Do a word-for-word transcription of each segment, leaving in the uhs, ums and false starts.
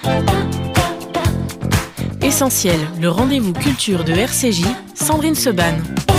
Essentiel, le rendez-vous culture de R C J, Sandrine Seban.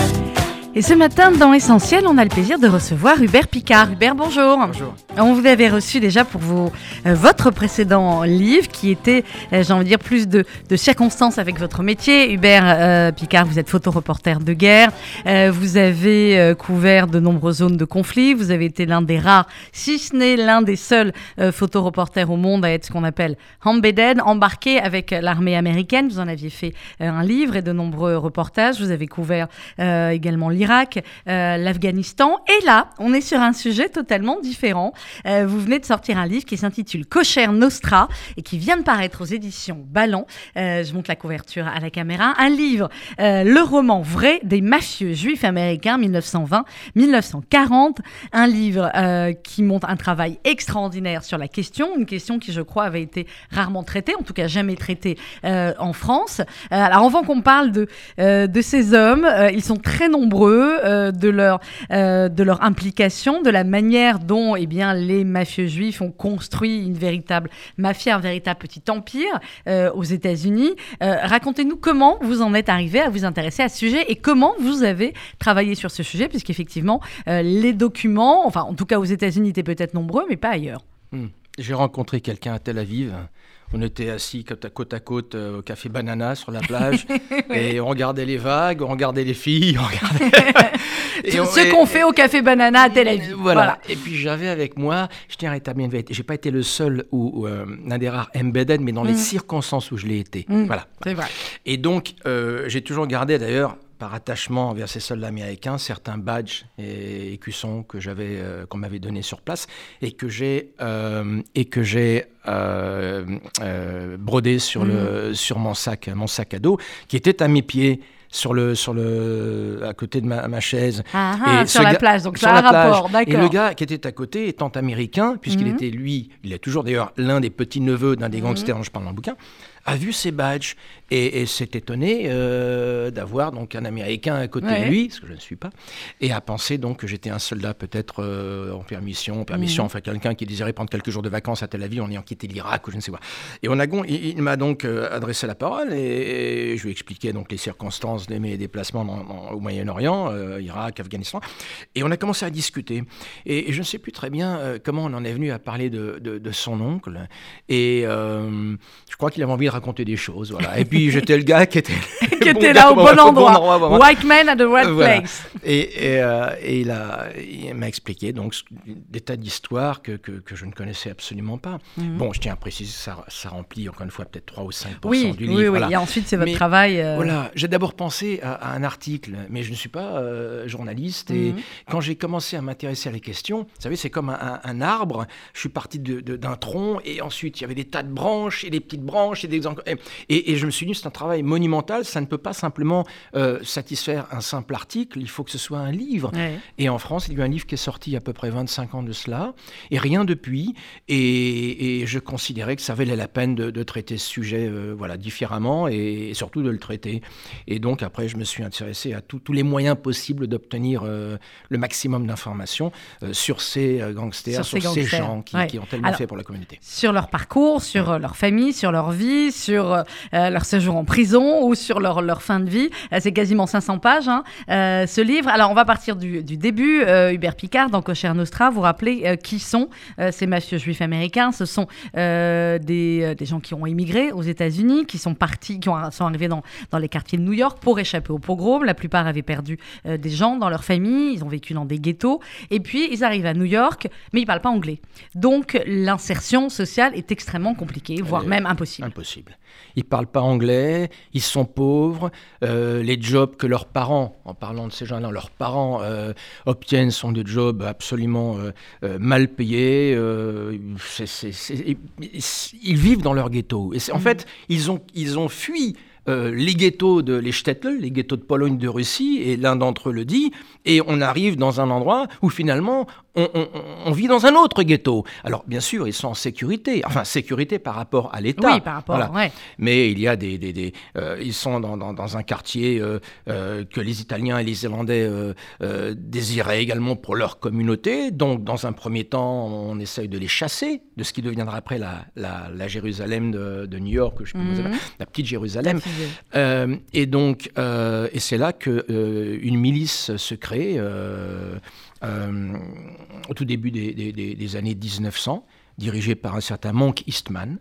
Et ce matin, dans Essentiel, on a le plaisir de recevoir Hubert Picard. Hubert, bonjour. Bonjour. On vous avait reçu déjà pour vos, euh, votre précédent livre qui était, euh, j'ai envie de dire, plus de, de circonstances avec votre métier. Hubert euh, Picard, vous êtes photoreporter de guerre. Euh, vous avez euh, couvert de nombreuses zones de conflit. Vous avez été l'un des rares, si ce n'est l'un des seuls euh, photoreporters au monde à être ce qu'on appelle embedded, embarqué avec l'armée américaine. Vous en aviez fait euh, un livre et de nombreux reportages. Vous avez couvert euh, également l'Irak. Irak, euh, l'Afghanistan. Et là, on est sur un sujet totalement différent. Euh, vous venez de sortir un livre qui s'intitule Kosher Nostra et qui vient de paraître aux éditions Ballant. Euh, je montre la couverture à la caméra. Un livre, euh, le roman vrai des mafieux juifs américains dix-neuf cent vingt à dix-neuf cent quarante. Un livre euh, qui montre un travail extraordinaire sur la question, une question qui, je crois, avait été rarement traitée, en tout cas jamais traitée euh, en France. Euh, alors, avant qu'on parle de, euh, de ces hommes, euh, ils sont très nombreux. Euh, de, leur, euh, de leur implication, de la manière dont eh bien, les mafieux juifs ont construit une véritable mafia, un véritable petit empire euh, aux États-Unis. Euh, racontez-nous comment vous en êtes arrivé à vous intéresser à ce sujet et comment vous avez travaillé sur ce sujet, puisqu'effectivement, euh, les documents, enfin en tout cas aux États-Unis, étaient peut-être nombreux, mais pas ailleurs. Mmh. J'ai rencontré quelqu'un à Tel Aviv. On était assis côte à côte, à côte euh, au café Banana sur la plage oui. Et on regardait les vagues, on regardait les filles, on regardait... et on, ce et, qu'on fait au café Banana à Tel Aviv. Voilà. voilà. Et puis j'avais avec moi, je tiens à établir une vérité, j'ai pas été le seul ou euh, l'un des rares embedded, mais dans mmh. les circonstances où je l'ai été. Mmh. Voilà. C'est vrai. Et donc euh, j'ai toujours gardé d'ailleurs, par attachement envers ces soldats américains, certains badges et écussons que j'avais, euh, qu'on m'avait donnés sur place et que j'ai, euh, et que j'ai euh, euh, brodé sur, mmh. le, sur mon sac, mon sac à dos, qui était à mes pieds. Sur le, sur le, à côté de ma, ma chaise. Ah, ah, et sur la gars, plage, donc ça a un rapport, d'accord. Et le gars qui était à côté, étant américain, puisqu'il mmh. était, lui, il est toujours d'ailleurs l'un des petits-neveux d'un des mmh. gangsters dont je parle dans le bouquin, a vu ces badges et, et s'est étonné euh, d'avoir donc un Américain à côté ouais. de lui, ce que je ne suis pas, et a pensé donc que j'étais un soldat peut-être euh, en permission, en permission, mmh. enfin quelqu'un qui désirait prendre quelques jours de vacances à Tel Aviv en ayant quitté l'Irak ou je ne sais quoi. Et on a, il, il m'a donc euh, adressé la parole et, et je lui ai expliqué donc les circonstances de mes déplacements dans, dans, au Moyen-Orient, euh, Irak, Afghanistan, et on a commencé à discuter. Et, et je ne sais plus très bien euh, comment on en est venu à parler de, de, de son oncle, et euh, je crois qu'il avait envie de raconter des choses, voilà. Et puis j'étais le gars qui était, qui était bon là au bon, bon endroit, bon endroit bon, white man at the right voilà. place. Et, et, euh, et il, a, il m'a expliqué donc des tas d'histoires que, que, que je ne connaissais absolument pas. Mm-hmm. Bon, je tiens à préciser, ça, ça remplit encore une fois peut-être trois ou cinq pour cent oui, du livre. Oui, oui, voilà. Et ensuite c'est votre mais, travail. Euh... Voilà, j'ai d'abord pensé à, à un article, mais je ne suis pas euh, journaliste. Et mm-hmm. quand j'ai commencé à m'intéresser à les questions, vous savez, c'est comme un, un, un arbre. Je suis parti de, de, d'un tronc et ensuite il y avait des tas de branches et des petites branches et des et, et, et je me suis dit c'est un travail monumental. Ça ne peut pas simplement euh, satisfaire un simple article. Il faut que ce soit un livre. Ouais. Et en France, il y a eu un livre qui est sorti il y a à peu près vingt-cinq ans de cela et rien depuis. Et, et je considérais que ça valait la peine de, de traiter ce sujet, euh, voilà, différemment et, et surtout de le traiter. Et donc après, je me suis intéressé à tout, tous les moyens possibles d'obtenir euh, le maximum d'informations euh, sur ces euh, gangsters, sur, sur ces, ces gens qui, ouais. qui ont tellement Alors, fait pour la communauté. Sur leur parcours, sur ouais. leur famille, sur leur vie, sur euh, leur séjour en prison ou sur leur, leur fin de vie. Euh, c'est quasiment cinq cents pages, hein, euh, ce livre. Alors, on va partir du, du début. Euh, Hubert Picard, dans Kosher Nostra, vous rappelez euh, qui sont euh, ces mafieux juifs américains. Ce sont euh, des, euh, des gens qui ont immigré aux États-Unis, qui sont partis, qui ont, sont arrivés dans, dans les quartiers de New York pour échapper au pogrom. La plupart avaient perdu euh, des gens dans leur famille. Ils ont vécu dans des ghettos. Et puis, ils arrivent à New York, mais ils ne parlent pas anglais. Donc, l'insertion sociale est extrêmement compliquée, voire euh, même impossible. Impossible. Ils ne parlent pas anglais, ils sont pauvres. Euh, les jobs que leurs parents, en parlant de ces gens-là, leurs parents euh, obtiennent sont des jobs absolument euh, euh, mal payés. Euh, c'est, c'est, c'est, ils, ils vivent dans leur ghetto. Et c'est, en mmh. fait, ils ont, ils ont fui euh, les ghettos de les shtetl, les ghettos de Pologne, de Russie, et l'un d'entre eux le dit, et on arrive dans un endroit où finalement on, on, on vit dans un autre ghetto. Alors bien sûr, ils sont en sécurité, enfin sécurité par rapport à l'État. Oui, par rapport, voilà. ouais. Mais il y a des, des, des euh, ils sont dans, dans, dans un quartier euh, euh, que les Italiens et les Irlandais euh, euh, désiraient également pour leur communauté. Donc dans un premier temps, on essaye de les chasser de ce qui deviendra après la, la, la Jérusalem de, de New York, je sais pas comment Mm-hmm. ça s'appelle, la petite Jérusalem. La petite... Euh, et donc, euh, et c'est là que euh, une milice se crée. Euh, Euh, au tout début des, des, des années dix-neuf cents, dirigée par un certain Monk Eastman.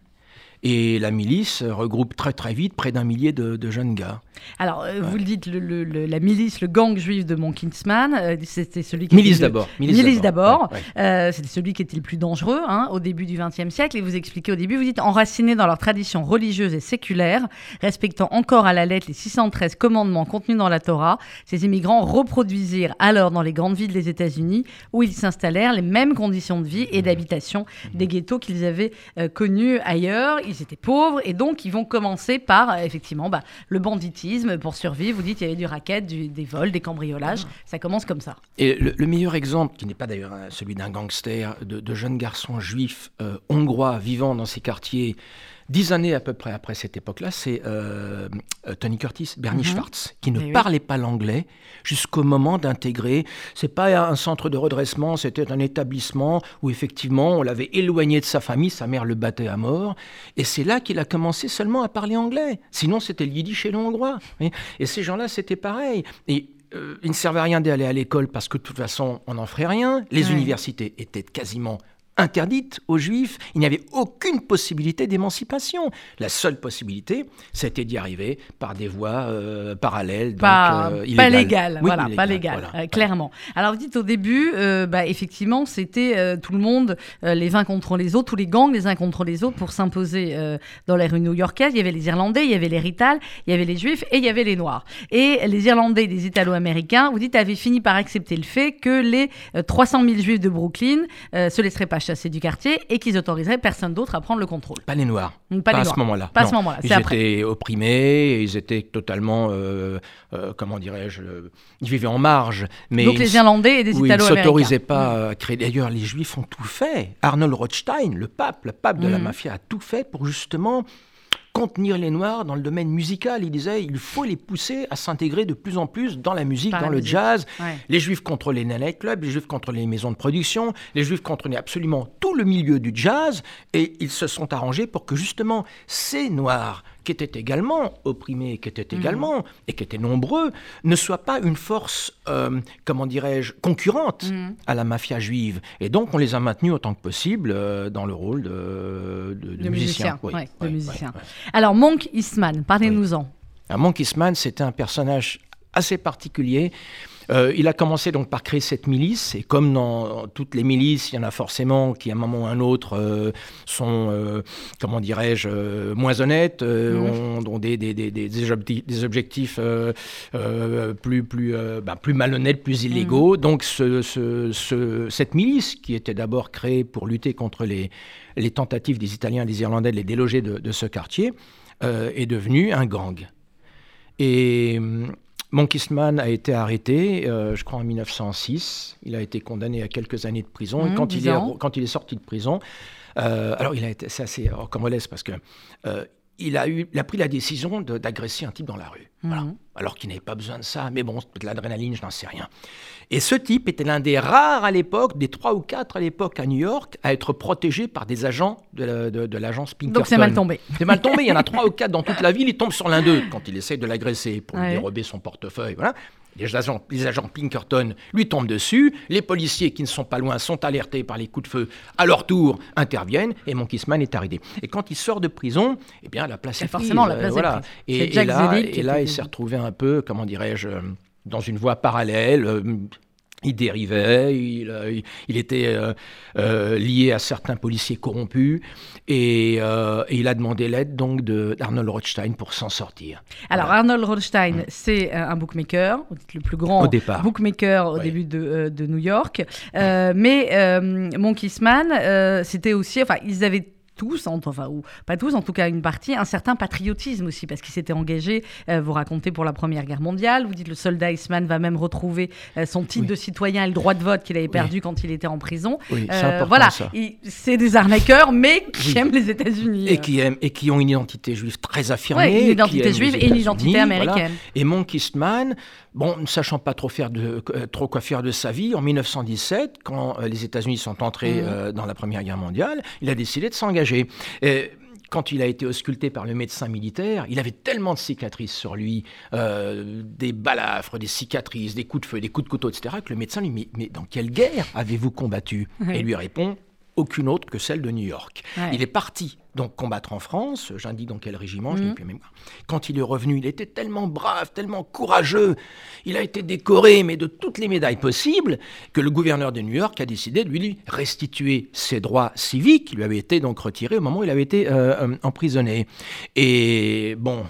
Et la milice regroupe très très vite près d'un millier de, de jeunes gars. Alors, euh, ouais. vous le dites, le, le, le, la milice, le gang juif de Monk Eastman, euh, c'était celui qui... Milice était d'abord. Le... Milice, milice d'abord. d'abord. Ouais, ouais. Euh, c'était celui qui était le plus dangereux hein, au début du vingtième siècle. Et vous expliquez au début, vous dites, enracinés dans leur tradition religieuse et séculaire, respectant encore à la lettre les six cent treize commandements contenus dans la Torah, ces immigrants reproduisirent alors dans les grandes villes des États-Unis, où ils s'installèrent, les mêmes conditions de vie et d'habitation mmh. des ghettos qu'ils avaient euh, connus ailleurs. Ils étaient pauvres et donc ils vont commencer par euh, effectivement bah, le banditisme pour survivre. Vous dites qu'il y avait du racket, du, des vols, des cambriolages. Ça commence comme ça. Et le, le meilleur exemple, qui n'est pas d'ailleurs celui d'un gangster, de, de jeunes garçons juifs euh, hongrois vivant dans ces quartiers dix années à peu près après cette époque-là, c'est euh, Tony Curtis, Bernie mm-hmm. Schwartz, qui ne Mais parlait oui. pas l'anglais jusqu'au moment d'intégrer. C'est pas un centre de redressement, c'était un établissement où effectivement on l'avait éloigné de sa famille, sa mère le battait à mort, et c'est là qu'il a commencé seulement à parler anglais. Sinon c'était le yiddish et le hongrois. Et ces gens-là, c'était pareil. Et euh, il ne servait à rien d'aller à l'école parce que de toute façon on n'en ferait rien. Les ouais. universités étaient quasiment interdite aux Juifs. Il n'y avait aucune possibilité d'émancipation. La seule possibilité, c'était d'y arriver par des voies euh, parallèles, donc pas, euh, illégales. Pas légales, oui, voilà, illégal, pas légales, voilà. euh, clairement. Alors vous dites au début, euh, bah, effectivement, c'était euh, tout le monde, euh, les uns contre les autres, tous les gangs les uns contre les autres pour s'imposer euh, dans les rues new-yorkaises. Il y avait les Irlandais, il y avait les Rital, il y avait les Juifs et il y avait les Noirs. Et les Irlandais et les Italo-Américains, vous dites, avaient fini par accepter le fait que les euh, trois cent mille Juifs de Brooklyn euh, se laisseraient pas chasser du quartier et qu'ils autoriseraient personne d'autre à prendre le contrôle. Pas les Noirs. Pas, pas les à noirs. ce moment-là. Pas non. à ce moment-là. C'est ils après. étaient opprimés, ils étaient totalement, euh, euh, comment dirais-je, euh, ils vivaient en marge. Mais Donc les Irlandais et des oui, Italo-Américains. Ils ne s'autorisaient pas mmh. à créer. D'ailleurs, les Juifs ont tout fait. Arnold Rothstein, le pape, le pape de mmh. la mafia, a tout fait pour justement contenir les Noirs dans le domaine musical. Il disait il faut les pousser à s'intégrer de plus en plus dans la musique, Par dans le musique. jazz. Ouais. Les Juifs contrôlaient les nightclubs, les Juifs contrôlaient les maisons de production, les Juifs contrôlaient absolument tout le milieu du jazz et ils se sont arrangés pour que justement ces Noirs qui étaient également opprimés, qui étaient également, mmh. et qui étaient nombreux, ne soient pas une force, euh, comment dirais-je, concurrente mmh. à la mafia juive. Et donc, on les a maintenus autant que possible euh, dans le rôle de, de, de, de musiciens. Musicien, oui, ouais, de ouais, musicien. Ouais, ouais. Alors, Monk Eastman, parlez-nous-en. Oui. Monk Eastman, c'était un personnage assez particulier. Euh, il a commencé donc par créer cette milice, et comme dans toutes les milices, il y en a forcément qui, à un moment ou à un autre, euh, sont, euh, comment dirais-je, euh, moins honnêtes, euh, mmh. ont, ont des, des, des, des objectifs, des objectifs euh, euh, plus, plus, euh, bah, plus malhonnêtes, plus illégaux. Mmh. Donc ce, ce, ce, cette milice, qui était d'abord créée pour lutter contre les, les tentatives des Italiens et des Irlandais de les déloger de, de ce quartier, euh, est devenue un gang. Et Monk Eastman a été arrêté, euh, je crois en mille neuf cent six. Il a été condamné à quelques années de prison. Mmh, et quand il, est, quand il est sorti de prison, euh, alors il a été, c'est assez rocambolesque parce que euh, il a eu, il a pris la décision de, d'agresser un type dans la rue. Mmh. Voilà. Alors qu'il n'avait pas besoin de ça, mais bon, c'est de l'adrénaline, je n'en sais rien. Et ce type était l'un des rares à l'époque, des trois ou quatre à l'époque à New York, à être protégé par des agents de, la, de, de l'agence Pinkerton. Donc c'est mal tombé. C'est mal tombé, il y en a trois ou quatre dans toute la ville, il tombe sur l'un d'eux quand il essaie de l'agresser pour ouais. lui dérober son portefeuille, voilà. Les agents, les agents Pinkerton lui tombent dessus, les policiers qui ne sont pas loin sont alertés par les coups de feu, à leur tour interviennent, et Monk Eastman est arrêté. Et quand il sort de prison, eh bien la place c'est est prise. Forcément la place euh, voilà. est prise. Et, et là, et là il s'est retrouvé un peu, comment dirais-je, dans une voie parallèle. Euh, Il dérivait, il, euh, il était euh, euh, lié à certains policiers corrompus et, euh, et il a demandé l'aide donc de, d'Arnold Rothstein pour s'en sortir. Alors voilà. Arnold Rothstein, mmh. c'est un bookmaker, le plus grand au bookmaker au ouais. début de, euh, de New York. Euh, mais euh, Monk Eastman, euh, c'était aussi, enfin ils avaient tous, enfin, ou pas tous, en tout cas une partie, un certain patriotisme aussi, parce qu'il s'était engagé, euh, vous racontez, pour la Première Guerre mondiale. Vous dites le soldat Eastman va même retrouver euh, son titre oui. de citoyen et le droit de vote qu'il avait perdu oui. quand il était en prison. Oui, c'est euh, important voilà, ça. Il, c'est des arnaqueurs, mais qui oui. aiment les États-Unis. Et qui, aiment, et qui ont une identité juive très affirmée. Oui, une identité juive et une identité américaine. Voilà. Et Monk Eastman, bon, ne sachant pas trop, faire de, euh, trop quoi faire de sa vie, en dix-neuf cent dix-sept, quand euh, les États-Unis sont entrés mmh. euh, dans la Première Guerre mondiale, il a décidé de s'engager. Et, quand il a été ausculté par le médecin militaire, il avait tellement de cicatrices sur lui, euh, des balafres, des cicatrices, des coups de feu, des coups de couteau, et cetera, que le médecin lui dit « Mais dans quelle guerre avez-vous combattu ?» Et il lui répond « Aucune autre que celle de New York. Ouais. » Il est parti donc combattre en France, j'indique dans quel régiment, mmh. je n'ai plus même. Quand il est revenu, il était tellement brave, tellement courageux, il a été décoré, mais de toutes les médailles possibles, que le gouverneur de New York a décidé de lui restituer ses droits civiques, qui lui avaient été donc retirés au moment où il avait été euh, emprisonné. Et bon...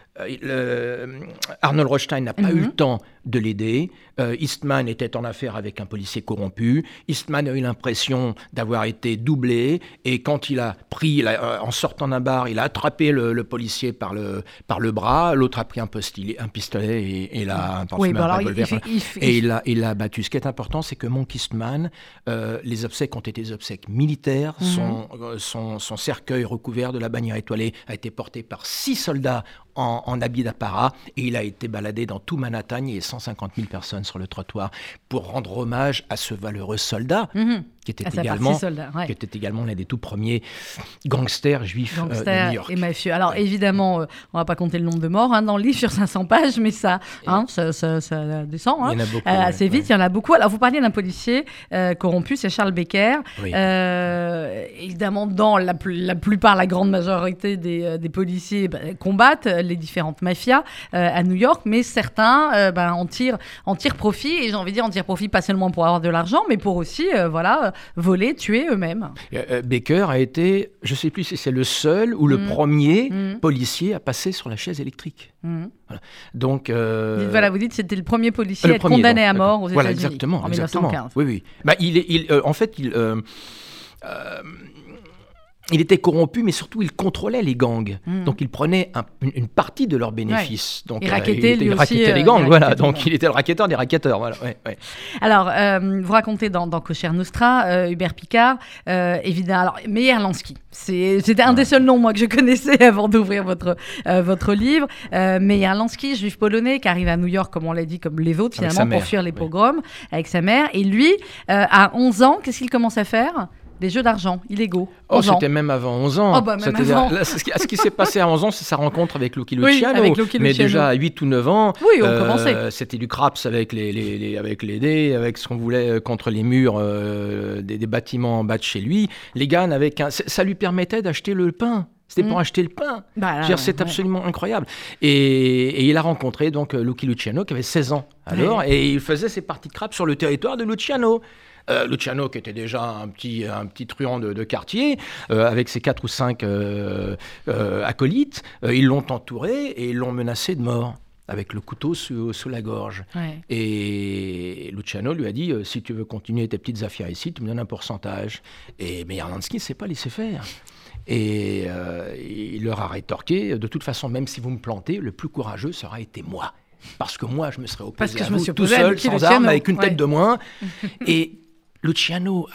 Euh, Arnold Rothstein n'a pas mm-hmm. eu le temps de l'aider. Euh, Eastman était en affaire avec un policier corrompu. Eastman a eu l'impression d'avoir été doublé. Et quand il a pris, il a, en sortant d'un bar, il a attrapé le, le policier par le, par le bras. L'autre a pris un, postilet, un pistolet et, et l'a oui, bah un alors revolver. Il, il, il, il, et il l'a, il l'a abattu. Ce qui est important, c'est que Monk Eastman, euh, les obsèques ont été des obsèques militaires. Mm-hmm. Son, euh, son, son cercueil recouvert de la bannière étoilée a été porté par six soldats en, en habit d'apparat, et il a été baladé dans tout Manhattan. Il y a cent cinquante mille personnes sur le trottoir pour rendre hommage à ce valeureux soldat mmh. qui, était également, soldat, ouais. qui était également l'un des tout premiers gangsters juifs Gangster euh, de New York. Et mafieux. Alors ouais. évidemment, euh, on ne va pas compter le nombre de morts hein, dans le livre sur cinq cents pages, mais ça, hein, ça, ça, ça descend hein, il y en a beaucoup, euh, assez ouais, vite. Ouais. Il y en a beaucoup. Alors vous parliez d'un policier euh, corrompu, c'est Charles Becker. Oui. Euh, évidemment, dans la, la plupart, la grande majorité des, euh, des policiers bah, combattent les différentes mafias euh, à New York, mais certains euh, bah, en, tirent, en tirent profit, et j'ai envie de dire en tirent profit pas seulement pour avoir de l'argent, mais pour aussi euh, voilà, voler, tuer eux-mêmes. Euh, Becker a été, je ne sais plus si c'est le seul ou le mmh. premier mmh. policier à passer sur la chaise électrique. Mmh. Voilà. Donc, euh... voilà, vous dites que c'était le premier policier le à être premier, condamné donc, à mort aux voilà, États-Unis exactement, en exactement. dix-neuf cent quinze. Oui, oui. Bah, il est, il, euh, en fait, il... Euh, euh, Il était corrompu, mais surtout, il contrôlait les gangs. Mmh. Donc, il prenait un, une, une partie de leurs bénéfices. Ouais. Donc, il rackettait, euh, il, lui il aussi, rackettait euh, les gangs, il voilà. Donc, il était le racketteur des racketteurs, voilà. Ouais, ouais. Alors, euh, vous racontez dans, dans Cocher Nostra, euh, Hubert Picard, euh, évidemment, alors, Meyer Lansky. C'est, c'était un ouais. des seuls noms, moi, que je connaissais avant d'ouvrir votre, euh, votre livre. Euh, Meyer Lansky, juif polonais, qui arrive à New York, comme on l'a dit, comme les vôtres, finalement, pour fuir les pogroms, ouais. avec sa mère. Et lui, euh, à onze ans, qu'est-ce qu'il commence à faire ? Des jeux d'argent illégaux. Oh, c'était ans. même avant onze ans. Oh, bah, même avant. Là, ce, qui, ce qui s'est passé à onze ans, c'est sa rencontre avec Lucky Luciano. Oui, avec Lucky Mais Luciano. Déjà à huit ou neuf ans, oui, on euh, commençait. C'était du craps avec les, les, les, avec les dés, avec ce qu'on voulait contre les murs euh, des, des bâtiments en bas de chez lui. Les gars, avec un, ça lui permettait d'acheter le pain. C'était mmh. pour acheter le pain. Bah, là, dire, c'est ouais. absolument incroyable. Et, et il a rencontré donc Lucky Luciano, qui avait seize ans alors, ouais. et il faisait ses parties de craps sur le territoire de Luciano. Euh, Luciano, qui était déjà un petit, un petit truand de, de quartier, euh, avec ses quatre ou cinq euh, euh, acolytes, euh, ils l'ont entouré et ils l'ont menacé de mort, avec le couteau sous, sous la gorge. Ouais. Et Luciano lui a dit, euh, si tu veux continuer tes petites affaires ici, tu me donnes un pourcentage. Et Meyer Lansky ne s'est pas laissé faire. Et euh, il leur a rétorqué, de toute façon, même si vous me plantez, le plus courageux, ça aura été moi. Parce que moi, je me serais opposé Parce que à je vous me suis tout seul, sans Luciano. armes, avec une ouais. tête de moins. Et Luciano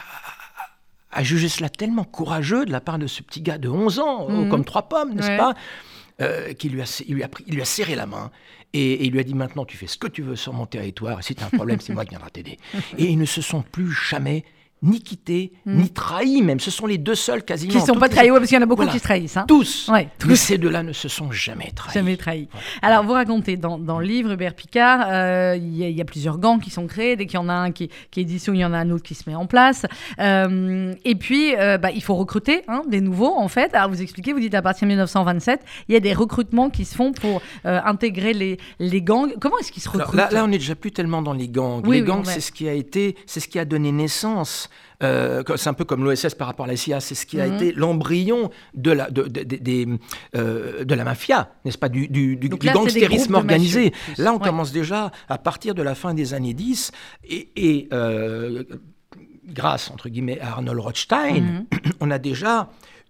a, a jugé cela tellement courageux de la part de ce petit gars de onze ans, mmh. comme trois pommes, n'est-ce ouais. pas, euh, qu'il lui a, il lui, a pris, il lui a serré la main et, et il lui a dit, maintenant tu fais ce que tu veux sur mon territoire, et si tu as un problème, c'est moi qui viendrai t'aider. Et ils ne se sont plus jamais ni quittés, mmh. ni trahis même. Ce sont les deux seuls quasiment. Qui ne sont pas trahis, les... ouais, parce qu'il y en a beaucoup voilà. qui se trahissent. Hein. Tous. Ouais, tous. Mais ces deux-là ne se sont jamais trahis. Jamais trahis. Ouais. Alors, vous racontez dans, dans le livre, Hubert Picard, euh, il y, y a plusieurs gangs qui sont créés. Dès qu'il y en a un qui, qui est dissous, il y en a un autre qui se met en place. Euh, et puis, euh, bah, il faut recruter hein, des nouveaux, en fait. Alors, vous expliquez, vous dites à partir de dix-neuf cent vingt-sept, il y a des recrutements qui se font pour euh, intégrer les, les gangs. Comment est-ce qu'ils se recrutent ? Alors, là, là, on n'est déjà plus tellement dans les gangs. Oui, les oui, gangs, c'est ce qui a été, c'est ce qui a donné naissance. Euh, c'est un peu comme l'O S S par rapport à la C I A, c'est ce qui a mmh. été l'embryon de la, de, de, de, de, euh, de la mafia, n'est-ce pas, du, du, du, du gangstérisme organisé. Là, on ouais. commence déjà à partir de la fin des années dix, et, et euh, grâce, entre guillemets, à Arnold Rothstein, mmh. on a déjà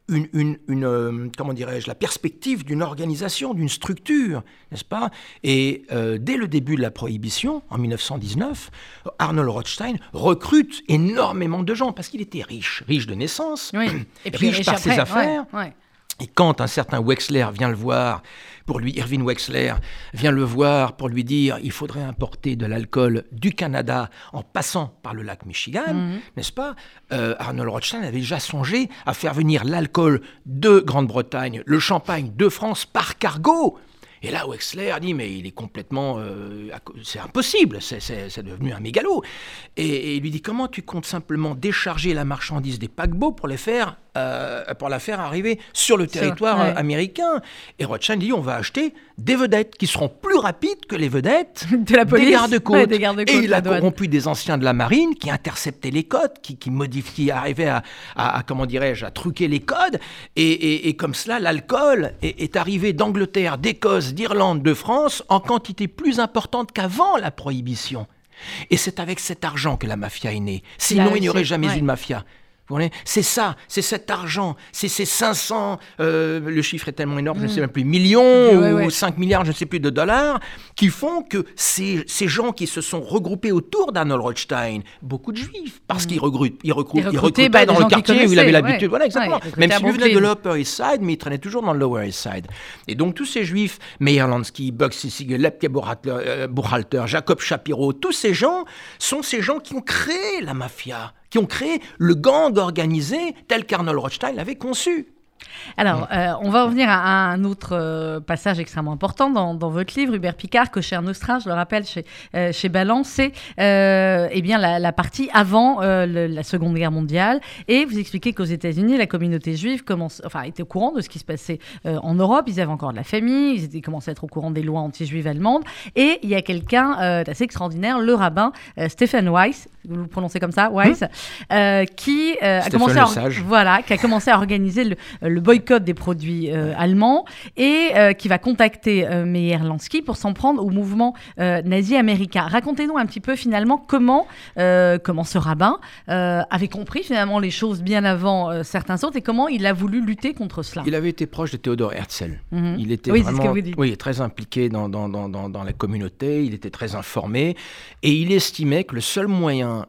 une, une, une euh, comment dirais-je, la perspective d'une organisation, d'une structure, n'est-ce pas? Et euh, dès le début de la Prohibition, en dix-neuf cent dix-neuf, Arnold Rothschild recrute énormément de gens, parce qu'il était riche, riche de naissance, oui. Et puis riche, riche par après, ses affaires. Ouais, ouais. Et quand un certain Wexler vient le voir, pour lui, Irving Wexler vient le voir pour lui dire il faudrait importer de l'alcool du Canada en passant par le lac Michigan, mm-hmm. n'est-ce pas? euh, Arnold Rothschild avait déjà songé à faire venir l'alcool de Grande-Bretagne, le champagne de France par cargo. Et là, Wexler dit, mais il est complètement... Euh, c'est impossible, c'est, c'est, c'est devenu un mégalo. Et, et il lui dit, comment tu comptes simplement décharger la marchandise des paquebots pour, les faire, euh, pour la faire arriver sur le territoire ouais. américain? Et Rothschild dit, on va acheter des vedettes qui seront plus rapides que les vedettes de la police, des gardes-côtes. Ouais, des garde-côtes. Et il a corrompu des anciens de la marine qui interceptaient les codes, qui, qui modifiaient, qui arrivaient à, à, à, comment dirais-je, à truquer les codes. Et, et, et comme cela, l'alcool est, est arrivé d'Angleterre, d'Écosse, d'Irlande, de France, en quantité plus importante qu'avant la Prohibition. Et c'est avec cet argent que la mafia est née. Sinon, Là, il n'y aurait jamais ouais. eu de mafia. Vous voyez, c'est ça, c'est cet argent, c'est ces cinq cents, euh, le chiffre est tellement énorme, mmh. je ne sais même plus, millions ouais, ou ouais. cinq milliards, je ne sais plus, de dollars, qui font que ces, ces gens qui se sont regroupés autour d'Arnold Rothschild, beaucoup de juifs, parce mmh. qu'ils recrutent, ils recrutent, ils recrutaient bah, dans le quartier où il avait l'habitude, ouais. voilà, exactement. Ouais, même s'il venait de l'Upper East Side, mais il traînait toujours dans le Lower East Side. Et donc tous ces juifs, Meyer Lansky, Bugsy Siegel, Lepke Buchalter, Jacob Shapiro, tous ces gens sont ces gens qui ont créé la mafia, qui ont créé le gang organisé tel qu'Arnold Rothschild l'avait conçu. Alors, euh, on va revenir à un autre euh, passage extrêmement important dans, dans votre livre, Hubert Picard, Cocher Nostra, je le rappelle, chez, euh, chez Balance, c'est euh, eh bien, la, la partie avant euh, le, la Seconde Guerre mondiale. Et vous expliquez qu'aux États-Unis, la communauté juive commence, enfin, était au courant de ce qui se passait euh, en Europe. Ils avaient encore de la famille, ils étaient commencé à être au courant des lois anti-juives allemandes. Et il y a quelqu'un euh, d'assez extraordinaire, le rabbin euh, Stephen Weiss, vous le prononcez comme ça, Weiss, mmh. euh, qui, euh, a commencé à, voilà, qui a commencé à organiser le, le boycott des produits euh, ouais. allemands et euh, qui va contacter euh, Meyer Lansky pour s'en prendre au mouvement euh, nazi américain. Racontez-nous un petit peu finalement comment, euh, comment ce rabbin euh, avait compris finalement les choses bien avant euh, certains autres et comment il a voulu lutter contre cela. Il avait été proche de Theodor Herzl. Mm-hmm. Il était oui, vraiment, c'est ce que vous dites. Oui, très impliqué dans, dans, dans, dans, dans la communauté, il était très informé et il estimait que le seul moyen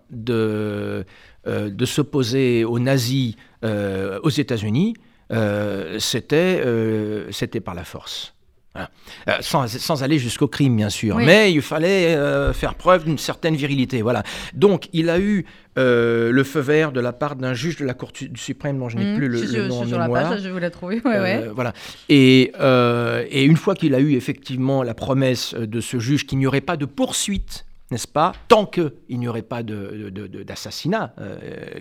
de, euh, de s'opposer aux nazis euh, aux États-Unis, Euh, c'était, euh, c'était par la force. Voilà. Euh, sans, sans aller jusqu'au crime, bien sûr. Oui. Mais il fallait euh, faire preuve d'une certaine virilité. Voilà. Donc, il a eu euh, le feu vert de la part d'un juge de la Cour suprême, dont je n'ai mmh, plus le, je, le nom en sur mémoire. La page, je vais vous la trouver. Ouais, euh, ouais. Voilà. Et, euh, et une fois qu'il a eu effectivement la promesse de ce juge qu'il n'y aurait pas de poursuite, n'est-ce pas, tant qu'il n'y aurait pas de, de, de, d'assassinat euh,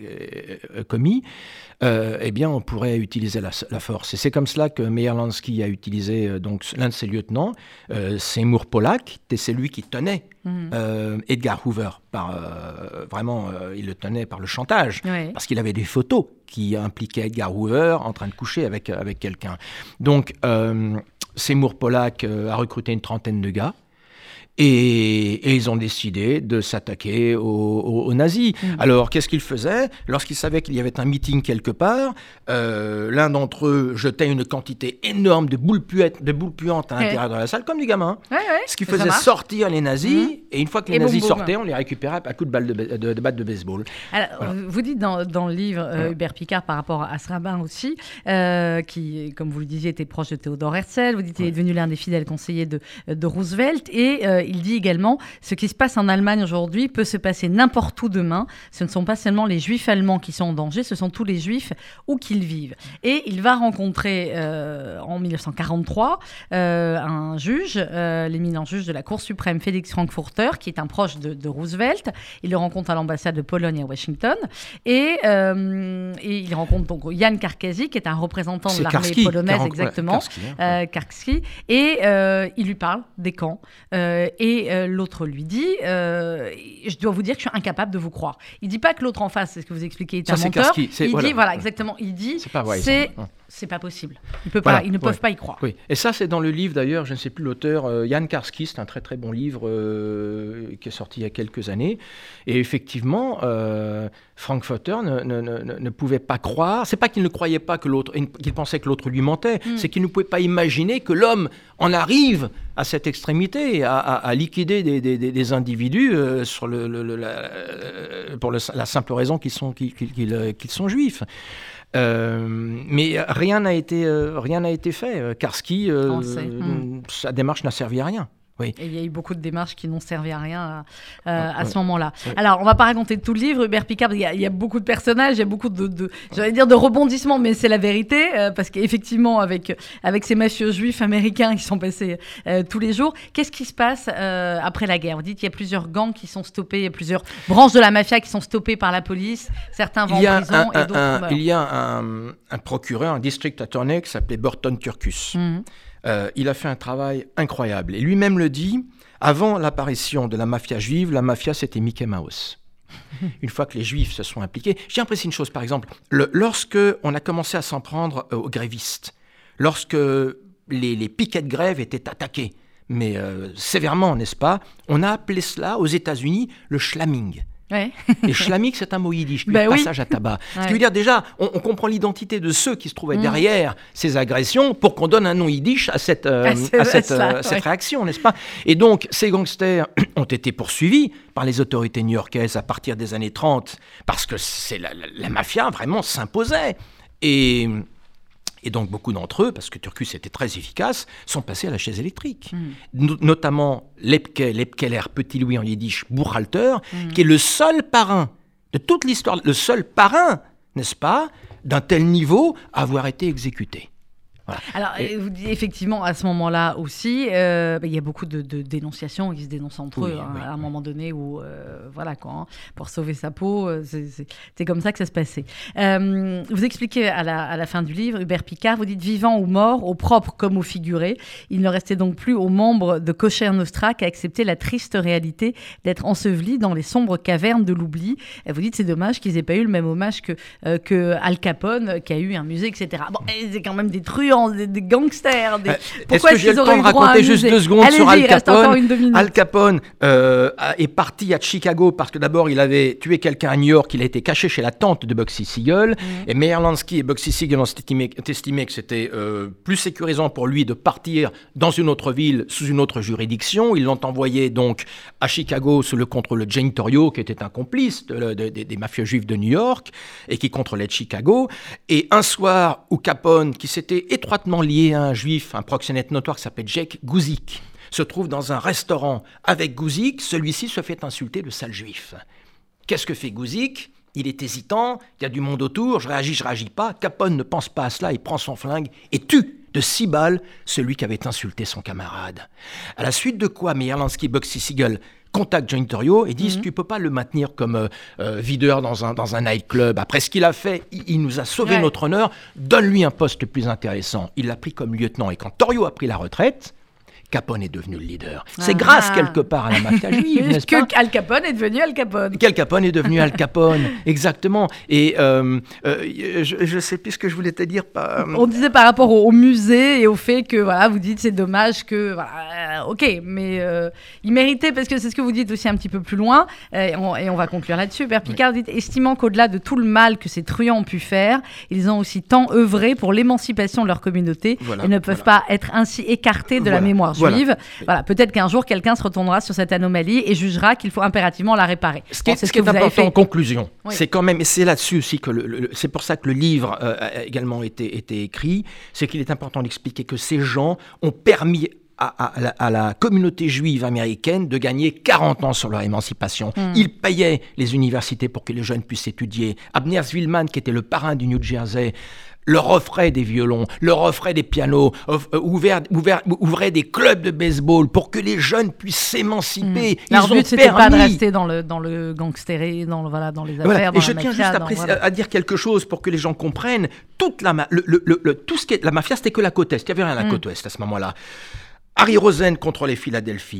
euh, commis, euh, eh bien, on pourrait utiliser la, la force. Et c'est comme cela que Meyer Lansky a utilisé euh, donc, l'un de ses lieutenants, euh, Seymour Pollack, et c'est lui qui tenait mmh. euh, Edgar Hoover. Par, euh, vraiment, euh, il le tenait par le chantage, oui. parce qu'il avait des photos qui impliquaient Edgar Hoover en train de coucher avec, avec quelqu'un. Donc, euh, Seymour Pollack euh, a recruté une trentaine de gars, Et, et ils ont décidé de s'attaquer aux, aux, aux nazis. Mmh. Alors, qu'est-ce qu'ils faisaient? Lorsqu'ils savaient qu'il y avait un meeting quelque part, euh, l'un d'entre eux jetait une quantité énorme de boules puantes, de boules puantes à l'intérieur ouais. de la salle, comme du gamin. Ouais, ouais, ce qui faisait sortir les nazis. Mmh. Et une fois que les et nazis boum, boum. sortaient, on les récupérait à coups de, balle de, de, de batte de baseball. Alors, voilà. Vous dites dans, dans le livre, euh, ouais. Hubert Picard, par rapport à ce rabbin aussi, euh, qui, comme vous le disiez, était proche de Theodor Herzl. Vous dites qu'il ouais. est devenu l'un des fidèles conseillers de, de Roosevelt. Et euh, il dit également, ce qui se passe en Allemagne aujourd'hui peut se passer n'importe où demain. Ce ne sont pas seulement les juifs allemands qui sont en danger, ce sont tous les juifs où qu'ils vivent. Et il va rencontrer euh, en dix-neuf cent quarante-trois euh, un juge, euh, l'éminent juge de la Cour suprême, Félix Frankfurter, qui est un proche de, de Roosevelt. Il le rencontre à l'ambassade de Pologne à Washington. Et, euh, et il rencontre donc Jan Karski, qui est un représentant C'est de l'armée Karski, polonaise, Karski, exactement. Karski, hein. euh, Karski. Et euh, il lui parle des camps. Euh, et euh, l'autre lui dit euh, je dois vous dire que je suis incapable de vous croire. Il dit pas que l'autre en face, c'est ce que vous expliquez, est un Ça, menteur. C'est c'est, il voilà. dit voilà exactement. Il dit c'est pas vrai, c'est ça. c'est pas possible. Ils, peut pas, voilà, ils ne peuvent ouais. pas y croire. Oui. Et ça, c'est dans le livre, d'ailleurs, je ne sais plus l'auteur, euh, Jan Karski, c'est un très très bon livre euh, qui est sorti il y a quelques années. Et effectivement, euh, Frankfurter ne, ne, ne, ne pouvait pas croire, c'est pas qu'il ne croyait pas que l'autre, qu'il pensait que l'autre lui mentait, mm. c'est qu'il ne pouvait pas imaginer que l'homme en arrive à cette extrémité, à, à, à liquider des, des, des individus euh, sur le, le, le, la, pour le, la simple raison qu'ils sont, qu'ils, qu'ils, qu'ils sont juifs. Euh, mais rien n'a été, euh, rien n'a été fait. Karski, euh, euh, sa démarche n'a servi à rien. Oui. Et il y a eu beaucoup de démarches qui n'ont servi à rien à, euh, à ce moment-là. Oui. Alors, on ne va pas raconter tout le livre, Hubert Picard, il y, a, il y a beaucoup de personnages, il y a beaucoup de, de j'allais dire de rebondissements, mais c'est la vérité, euh, parce qu'effectivement, avec, avec ces mafieux juifs américains qui sont passés euh, tous les jours, qu'est-ce qui se passe euh, après la guerre? Vous dites qu'il y a plusieurs gangs qui sont stoppés, il y a plusieurs branches de la mafia qui sont stoppées par la police, certains vont en prison un, et d'autres un, meurent. Il y a un, un procureur, un district attorney qui s'appelait Burton Turkus. Mm-hmm. Euh, il a fait un travail incroyable. Et lui-même le dit, avant l'apparition de la mafia juive, la mafia, c'était Mickey Mouse. Une fois que les juifs se sont impliqués. Je tiens à préciser une chose, par exemple. Le, lorsque on a commencé à s'en prendre euh, aux grévistes, lorsque les, les piquets de grève étaient attaqués, mais euh, sévèrement, n'est-ce pas, on a appelé cela, aux États-Unis, le schlamming. Ouais. Et schlamming, c'est un mot yiddish, ben passage oui. à tabac. Ouais. Ce qui veut dire déjà, on, on comprend l'identité de ceux qui se trouvaient mmh. derrière ces agressions pour qu'on donne un nom yiddish à cette, euh, à cette, à cette, ça, euh, ouais. cette réaction, n'est-ce pas? Et donc, ces gangsters ont été poursuivis par les autorités new-yorkaises à partir des années trente, parce que c'est la, la, la mafia vraiment s'imposait. Et... Et donc, beaucoup d'entre eux, parce que Turkus était très efficace, sont passés à la chaise électrique. Mm. No- notamment Lepke, Lepkeler, Petit Louis en yiddish, Buchhalter, mm. qui est le seul parrain de toute l'histoire, le seul parrain, n'est-ce pas, d'un tel niveau à avoir été exécuté. Voilà. Alors, et... vous dites effectivement, à ce moment-là aussi, euh, bah, il y a beaucoup de, de dénonciations qui se dénoncent entre oui, eux, hein, oui, à un oui. moment donné où, euh, voilà, quoi, hein, pour sauver sa peau, c'est, c'est, c'est comme ça que ça se passait. Euh, vous expliquez à la, à la fin du livre, Hubert Picard, vous dites vivant ou mort, au propre comme au figuré, il ne restait donc plus aux membres de Kosher Nostra qu'à accepter la triste réalité d'être ensevelis dans les sombres cavernes de l'oubli. Et vous dites c'est dommage qu'ils n'aient pas eu le même hommage que, euh, que Al Capone, qui a eu un musée, et cetera. Bon, c'est quand même des truands. Des, des gangsters. Des... Euh, Pourquoi est-ce que j'ai le temps de raconter juste deux secondes Allez-y, sur Al Capone? Une, Al Capone euh, est parti à Chicago parce que d'abord il avait tué quelqu'un à New York, il a été caché chez la tante de Bugsy Siegel, mmh. et Meyer Lansky et Bugsy Siegel ont estimé, estimé que c'était euh, plus sécurisant pour lui de partir dans une autre ville sous une autre juridiction. Ils l'ont envoyé donc à Chicago sous le contrôle de Jane Torrio, qui était un complice de, de, de, des mafieux juifs de New York et qui contrôlait Chicago. Et un soir où Capone, qui s'était étroitement lié à un juif, un proxénète notoire qui s'appelait Jake Guzik, se trouve dans un restaurant avec Guzik, celui-ci se fait insulter de sale juif. Qu'est-ce que fait Guzik? Il est hésitant, il y a du monde autour, je réagis, je réagis pas. Capone ne pense pas à cela, il prend son flingue et tue de six balles celui qui avait insulté son camarade. À la suite de quoi Meyer Lansky et Bugsy Siegel contactent Jane Torrio et disent mm-hmm. tu peux pas le maintenir comme euh, euh, videur dans un, dans un nightclub. Après ce qu'il a fait, il, il nous a sauvé ouais. notre honneur, donne-lui un poste plus intéressant. Il l'a pris comme lieutenant et quand Torrio a pris la retraite, Capone est devenu le leader. C'est ah. grâce quelque part à la mafia juive, n'est-ce que pas? Al Capone est devenu Al Capone. Qu'Al Capone est devenu Al Capone, exactement. Et euh, euh, je ne sais plus ce que je voulais te dire. Pas, On disait par rapport au, au musée et au fait que voilà, vous dites c'est dommage que voilà, ok, mais euh, il méritait parce que c'est ce que vous dites aussi un petit peu plus loin euh, et, on, et on va conclure là-dessus. Père Picard oui. dit estimant qu'au-delà de tout le mal que ces truands ont pu faire, ils ont aussi tant œuvré pour l'émancipation de leur communauté voilà, et ne peuvent voilà. pas être ainsi écartés de voilà. la mémoire. Voilà. Juive. Voilà, peut-être qu'un jour, quelqu'un se retournera sur cette anomalie et jugera qu'il faut impérativement la réparer. Ce qui est, bon, ce ce qui est important en conclusion, oui. c'est quand même, et c'est là-dessus aussi que le, le, c'est pour ça que le livre euh, a également été, été écrit, c'est qu'il est important d'expliquer que ces gens ont permis à, à, à, la, à la communauté juive américaine de gagner quarante ans sur leur émancipation. Mm. Ils payaient les universités pour que les jeunes puissent étudier. Abner Zwillman, qui était le parrain du New Jersey, leur offrait des violons, leur offrait des pianos, off, euh, ouvert, ouvert, ouvrait des clubs de baseball pour que les jeunes puissent s'émanciper. Mmh. Leur but, c'était pas de rester dans le, dans le gangstéré, dans, le, voilà, dans les affaires, voilà. dans Et je la tiens mafia, juste dans, à, voilà. à dire quelque chose pour que les gens comprennent. Toute la, le, le, le, le, tout ce qui est, la mafia, c'était que la côte Est. Il n'y avait rien à la mmh. côte Ouest à ce moment-là. Harry Rosen contrôlait Philadelphie.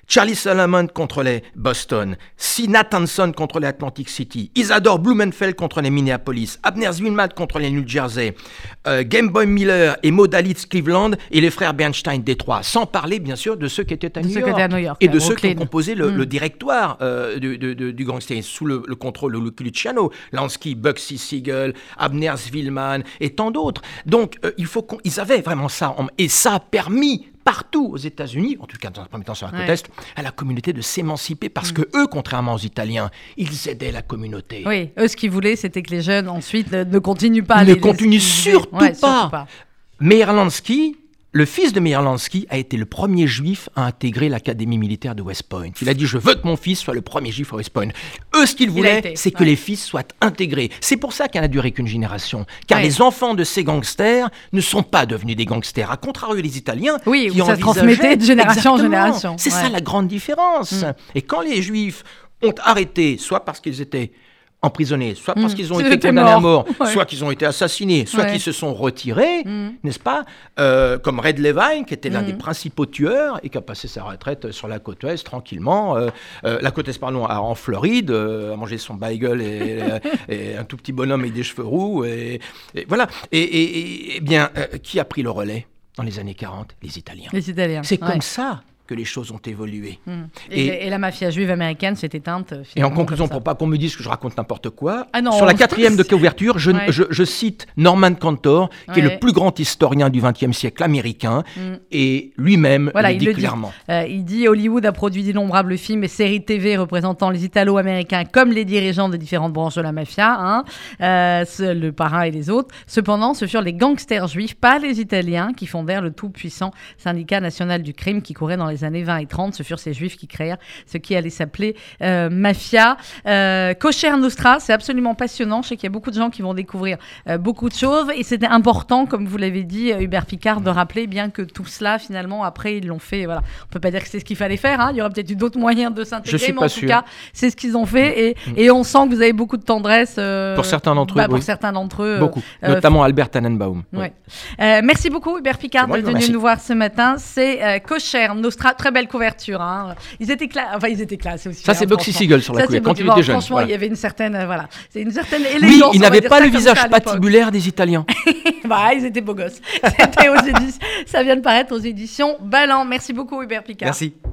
Charlie Solomon contre les Boston, C. Nathanson contre les Atlantic City, Isadore Blumenfeld contre les Minneapolis, Abner Zwilman contre les New Jersey, euh, Game Boy Miller et Maud Alitz Cleveland et les frères Bernstein Détroit, sans parler bien sûr de ceux qui étaient à, New York, à New York et de Brooklyn. Ceux qui ont composé le, mm. le directoire euh, du, du, du gangster sous le, le contrôle de Lucky Luciano, Lansky, Bugsy Siegel, Abner Zwilman et tant d'autres. Donc euh, il faut qu'ils avaient vraiment ça, et ça a permis partout aux États-Unis, en tout cas dans un premier temps sur la côte ouais. Est, à la communauté de s'émanciper parce mmh. que eux, contrairement aux Italiens, ils aidaient la communauté. Oui, eux, ce qu'ils voulaient, c'était que les jeunes ensuite ne, ne continuent pas. Ils ne les, continuent surtout, ouais, pas. surtout pas. Meyer Lansky, le fils de Meyer Lansky, a été le premier juif à intégrer l'académie militaire de West Point. Il a dit « Je veux que mon fils soit le premier juif à West Point ». Eux, ce qu'ils voulaient, c'est que ouais. les fils soient intégrés. C'est pour ça qu'elle n'a duré qu'une génération. Car ouais. les enfants de ces gangsters ne sont pas devenus des gangsters. À contrario, les Italiens oui, qui ça se transmettait de génération en génération. C'est ouais. ça la grande différence. Mm. Et quand les juifs ont arrêté, soit parce qu'ils étaient emprisonnés, soit parce mmh. qu'ils ont été condamnés mort. à mort, ouais. soit qu'ils ont été assassinés, soit ouais. qu'ils se sont retirés, mmh. n'est-ce pas euh, comme Red Levine, qui était l'un mmh. des principaux tueurs et qui a passé sa retraite sur la côte ouest tranquillement, euh, euh, la côte est pardon, en Floride, euh, à manger son bagel et, et, et un tout petit bonhomme avec des cheveux roux, et, et voilà. Et, et, et, et bien, euh, qui a pris le relais dans les années quarante? Les Italiens. Les Italiens. C'est ouais. comme ça que les choses ont évolué. Mmh. Et, et, et la mafia juive américaine s'est éteinte. Et en conclusion, pour pas qu'on me dise que je raconte n'importe quoi, ah non, sur la quatrième de couverture, je, ouais. je, je cite Norman Cantor, qui ouais. est le plus grand historien du vingtième siècle américain, mmh. et lui-même voilà, le il dit le clairement. Dit. Euh, il dit « Hollywood a produit d'innombrables films et séries T V représentant les Italo-Américains comme les dirigeants de différentes branches de la mafia, hein, euh, le parrain et les autres. Cependant, ce furent les gangsters juifs, pas les Italiens, qui fondèrent le tout-puissant syndicat national du crime qui courait dans les années vingt et trente. Ce furent ces juifs qui créèrent ce qui allait s'appeler euh, mafia. Euh, Kosher Nostra, c'est absolument passionnant. Je sais qu'il y a beaucoup de gens qui vont découvrir euh, beaucoup de choses et c'était important, comme vous l'avez dit, Hubert Picard, de rappeler bien que tout cela, finalement, après, ils l'ont fait. Voilà. On ne peut pas dire que c'est ce qu'il fallait faire. Hein. Il y aurait peut-être eu d'autres moyens de s'intégrer, mais en sûr. tout cas, c'est ce qu'ils ont fait et, mmh. et on sent que vous avez beaucoup de tendresse. Euh, pour certains d'entre eux, bah, Pour oui. certains d'entre eux. Beaucoup, euh, notamment Albert Tannenbaum. Ouais. Oui. Euh, merci beaucoup, Hubert Picard, d'être venu nous voir ce matin. C'est euh, Kosher Nostra, très belle couverture. Hein. Ils étaient classe, enfin ils étaient classe aussi. Ça hein, c'est Bugsy Siegel sur la ça, couverture quand il bon, était jeune. Franchement, voilà. il y avait une certaine, euh, voilà, c'est une certaine élégance. Oui, il n'avait pas le ça, visage patibulaire des Italiens. Bah, ils étaient beaux gosses. C'était aux éditions, ça vient de paraître aux éditions Ballant. Merci beaucoup Hubert Picard. Merci.